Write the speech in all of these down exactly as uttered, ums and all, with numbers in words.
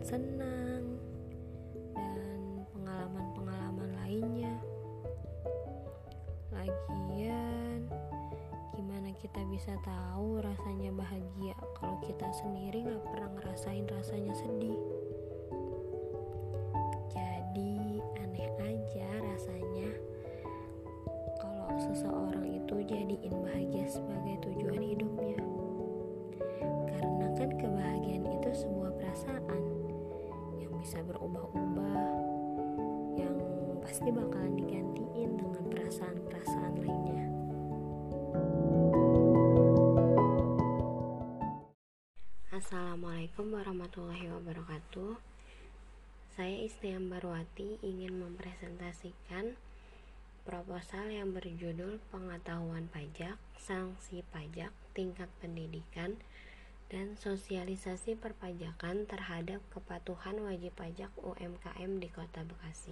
senang, dan pengalaman-pengalaman lainnya. Lagian, gimana kita bisa tahu rasanya bahagia kalau kita sendiri gak pernah ngerasain rasanya sedih? Jadi aneh aja rasanya kalau seseorang itu jadiin bahagia sebagai tujuan hidupnya. Karena kan kebahagiaan itu sebuah perasaan yang bisa berubah-ubah, yang pasti bakalan digantiin dengan perasaan-perasaan lainnya. Assalamualaikum warahmatullahi wabarakatuh. Saya Isna Ambarwati ingin mempresentasikan proposal yang berjudul Pengetahuan Pajak, Sanksi Pajak, Tingkat Pendidikan, dan Sosialisasi Perpajakan terhadap Kepatuhan Wajib Pajak U M K M di Kota Bekasi.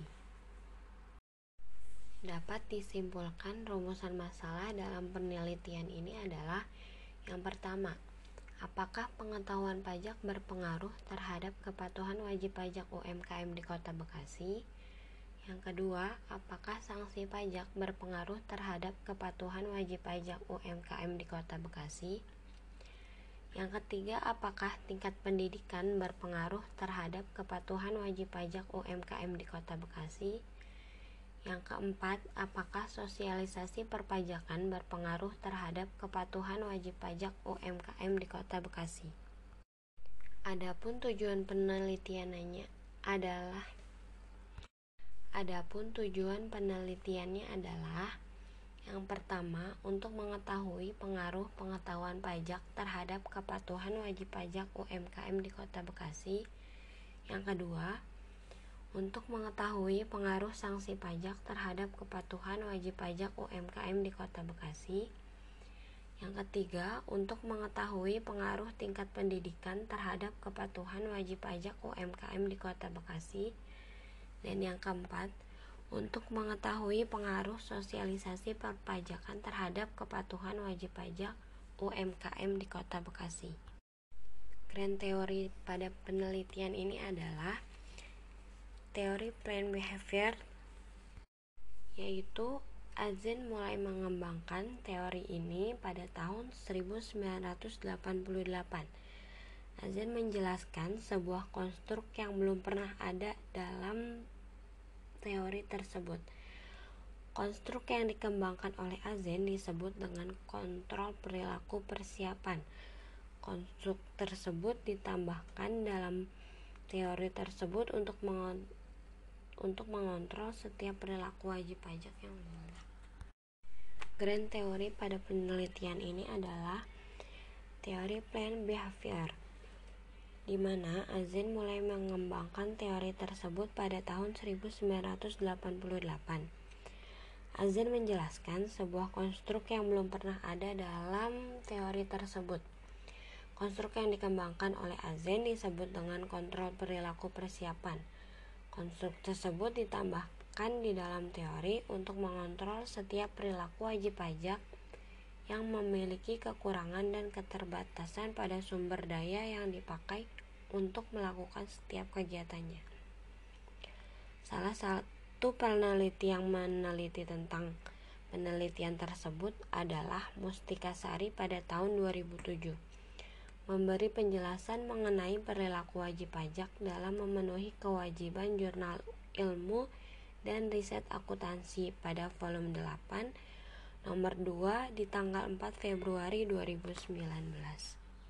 Dapat disimpulkan rumusan masalah dalam penelitian ini adalah: yang pertama, apakah pengetahuan pajak berpengaruh terhadap kepatuhan wajib pajak U M K M di Kota Bekasi? Yang kedua, apakah sanksi pajak berpengaruh terhadap kepatuhan wajib pajak U M K M di Kota Bekasi? Yang ketiga, apakah tingkat pendidikan berpengaruh terhadap kepatuhan wajib pajak U M K M di Kota Bekasi? Yang keempat, apakah sosialisasi perpajakan berpengaruh terhadap kepatuhan wajib pajak U M K M di Kota Bekasi? Adapun tujuan penelitiannya adalah Adapun tujuan penelitiannya adalah yang pertama, untuk mengetahui pengaruh pengetahuan pajak terhadap kepatuhan wajib pajak U M K M di Kota Bekasi. Yang kedua, untuk mengetahui pengaruh sanksi pajak terhadap kepatuhan wajib pajak U M K M di Kota Bekasi. Yang ketiga, untuk mengetahui pengaruh tingkat pendidikan terhadap kepatuhan wajib pajak U M K M di Kota Bekasi. Dan yang keempat, untuk mengetahui pengaruh sosialisasi perpajakan terhadap kepatuhan wajib pajak U M K M di Kota Bekasi. Grand teori pada penelitian ini adalah teori planned behavior, yaitu Azen mulai mengembangkan teori ini pada tahun seribu sembilan ratus delapan puluh delapan. Azen menjelaskan sebuah konstruk yang belum pernah ada dalam teori tersebut. Konstruk yang dikembangkan oleh Azen disebut dengan kontrol perilaku persiapan. Konstruk tersebut ditambahkan dalam teori tersebut untuk mengon- untuk mengontrol setiap perilaku wajib pajak yang benar. Grand teori pada penelitian ini adalah teori planned behavior, di mana Azen mulai mengembangkan teori tersebut pada tahun seribu sembilan ratus delapan puluh delapan. Azen menjelaskan sebuah konstruk yang belum pernah ada dalam teori tersebut. Konstruk yang dikembangkan oleh Azen disebut dengan kontrol perilaku persiapan. Konstruk tersebut ditambahkan di dalam teori untuk mengontrol setiap perilaku wajib pajak yang memiliki kekurangan dan keterbatasan pada sumber daya yang dipakai untuk melakukan setiap kegiatannya. Salah satu peneliti yang meneliti tentang penelitian tersebut adalah Mustika Sari pada tahun dua ribu tujuh, memberi penjelasan mengenai perilaku wajib pajak dalam memenuhi kewajiban jurnal ilmu dan riset akuntansi pada volume delapan nomor dua di tanggal empat Februari dua ribu sembilan belas.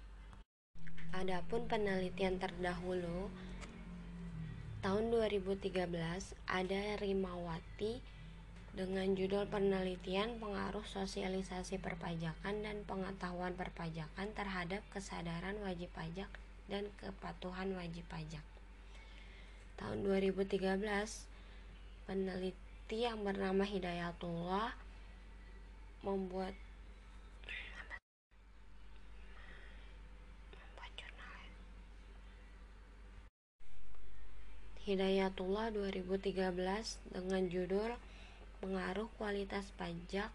Adapun penelitian terdahulu tahun dua ribu tiga belas ada Rimawati dengan judul penelitian pengaruh sosialisasi perpajakan dan pengetahuan perpajakan terhadap kesadaran wajib pajak dan kepatuhan wajib pajak. Tahun dua ribu tiga belas peneliti yang bernama Hidayatullah membuat Hidayatullah dua ribu tiga belas dengan judul Pengaruh Kualitas Pajak.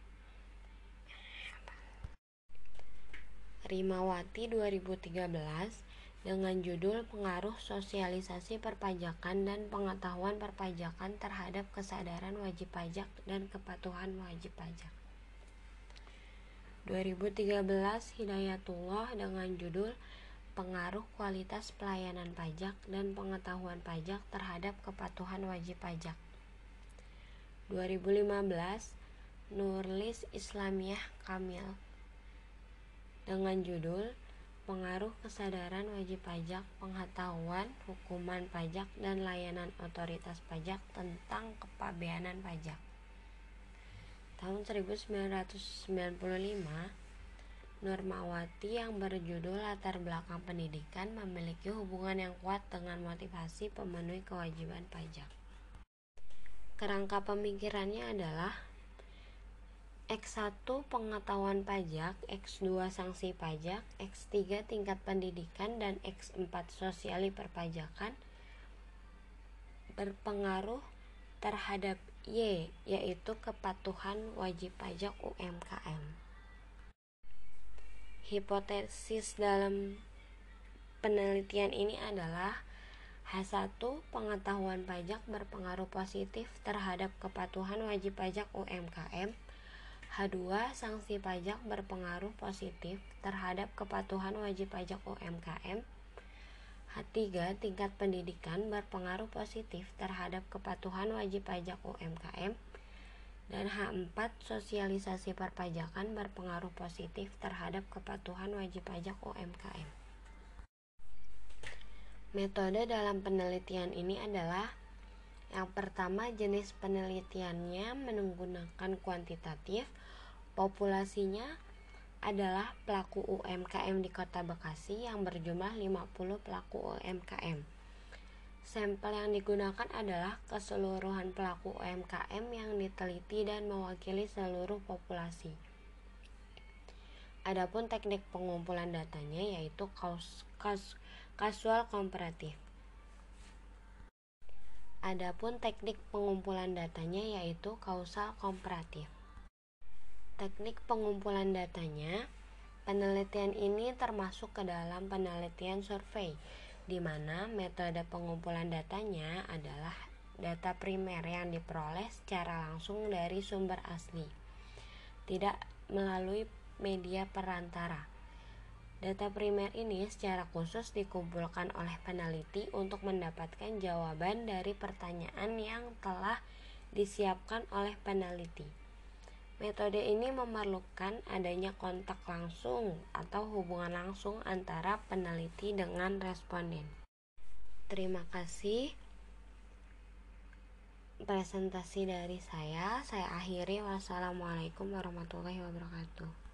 Rimawati dua ribu tiga belas dengan judul Pengaruh Sosialisasi Perpajakan dan Pengetahuan Perpajakan Terhadap Kesadaran Wajib Pajak dan Kepatuhan Wajib Pajak. dua ribu tiga belas Hidayatullah dengan judul Pengaruh Kualitas Pelayanan Pajak dan Pengetahuan Pajak Terhadap Kepatuhan Wajib Pajak. dua ribu lima belas Nurlis Islamiyah Kamil dengan judul Pengaruh Kesadaran Wajib Pajak, Pengetahuan, Hukuman Pajak, dan Layanan Otoritas Pajak tentang Kepabeanan Pajak. Tahun seribu sembilan ratus sembilan puluh lima, Nurmawati yang berjudul Latar Belakang Pendidikan memiliki hubungan yang kuat dengan motivasi pemenuhi kewajiban pajak. Kerangka pemikirannya adalah X satu pengetahuan pajak, X dua sanksi pajak, X tiga tingkat pendidikan, dan X empat sosiali perpajakan berpengaruh terhadap Y, yaitu kepatuhan wajib pajak U M K M. Hipotesis dalam penelitian ini adalah H satu pengetahuan pajak berpengaruh positif terhadap kepatuhan wajib pajak U M K M. H dua sanksi pajak berpengaruh positif terhadap kepatuhan wajib pajak U M K M. H tiga tingkat pendidikan berpengaruh positif terhadap kepatuhan wajib pajak U M K M. Dan H empat sosialisasi perpajakan berpengaruh positif terhadap kepatuhan wajib pajak U M K M. Metode dalam penelitian ini adalah yang pertama, jenis penelitiannya menggunakan kuantitatif. Populasinya adalah pelaku U M K M di Kota Bekasi yang berjumlah lima puluh pelaku U M K M. Sampel yang digunakan adalah keseluruhan pelaku U M K M yang diteliti dan mewakili seluruh populasi. Adapun teknik pengumpulan datanya yaitu kaus, kaus, kasual komparatif. Adapun teknik pengumpulan datanya yaitu kausal komparatif. Teknik pengumpulan datanya, penelitian ini termasuk ke dalam penelitian survei, di mana metode pengumpulan datanya adalah data primer yang diperoleh secara langsung dari sumber asli, tidak melalui media perantara. Data primer ini secara khusus dikumpulkan oleh peneliti untuk mendapatkan jawaban dari pertanyaan yang telah disiapkan oleh peneliti. Metode ini memerlukan adanya kontak langsung atau hubungan langsung antara peneliti dengan responden. Terima kasih. Presentasi dari saya, saya akhiri. Wassalamualaikum warahmatullahi wabarakatuh.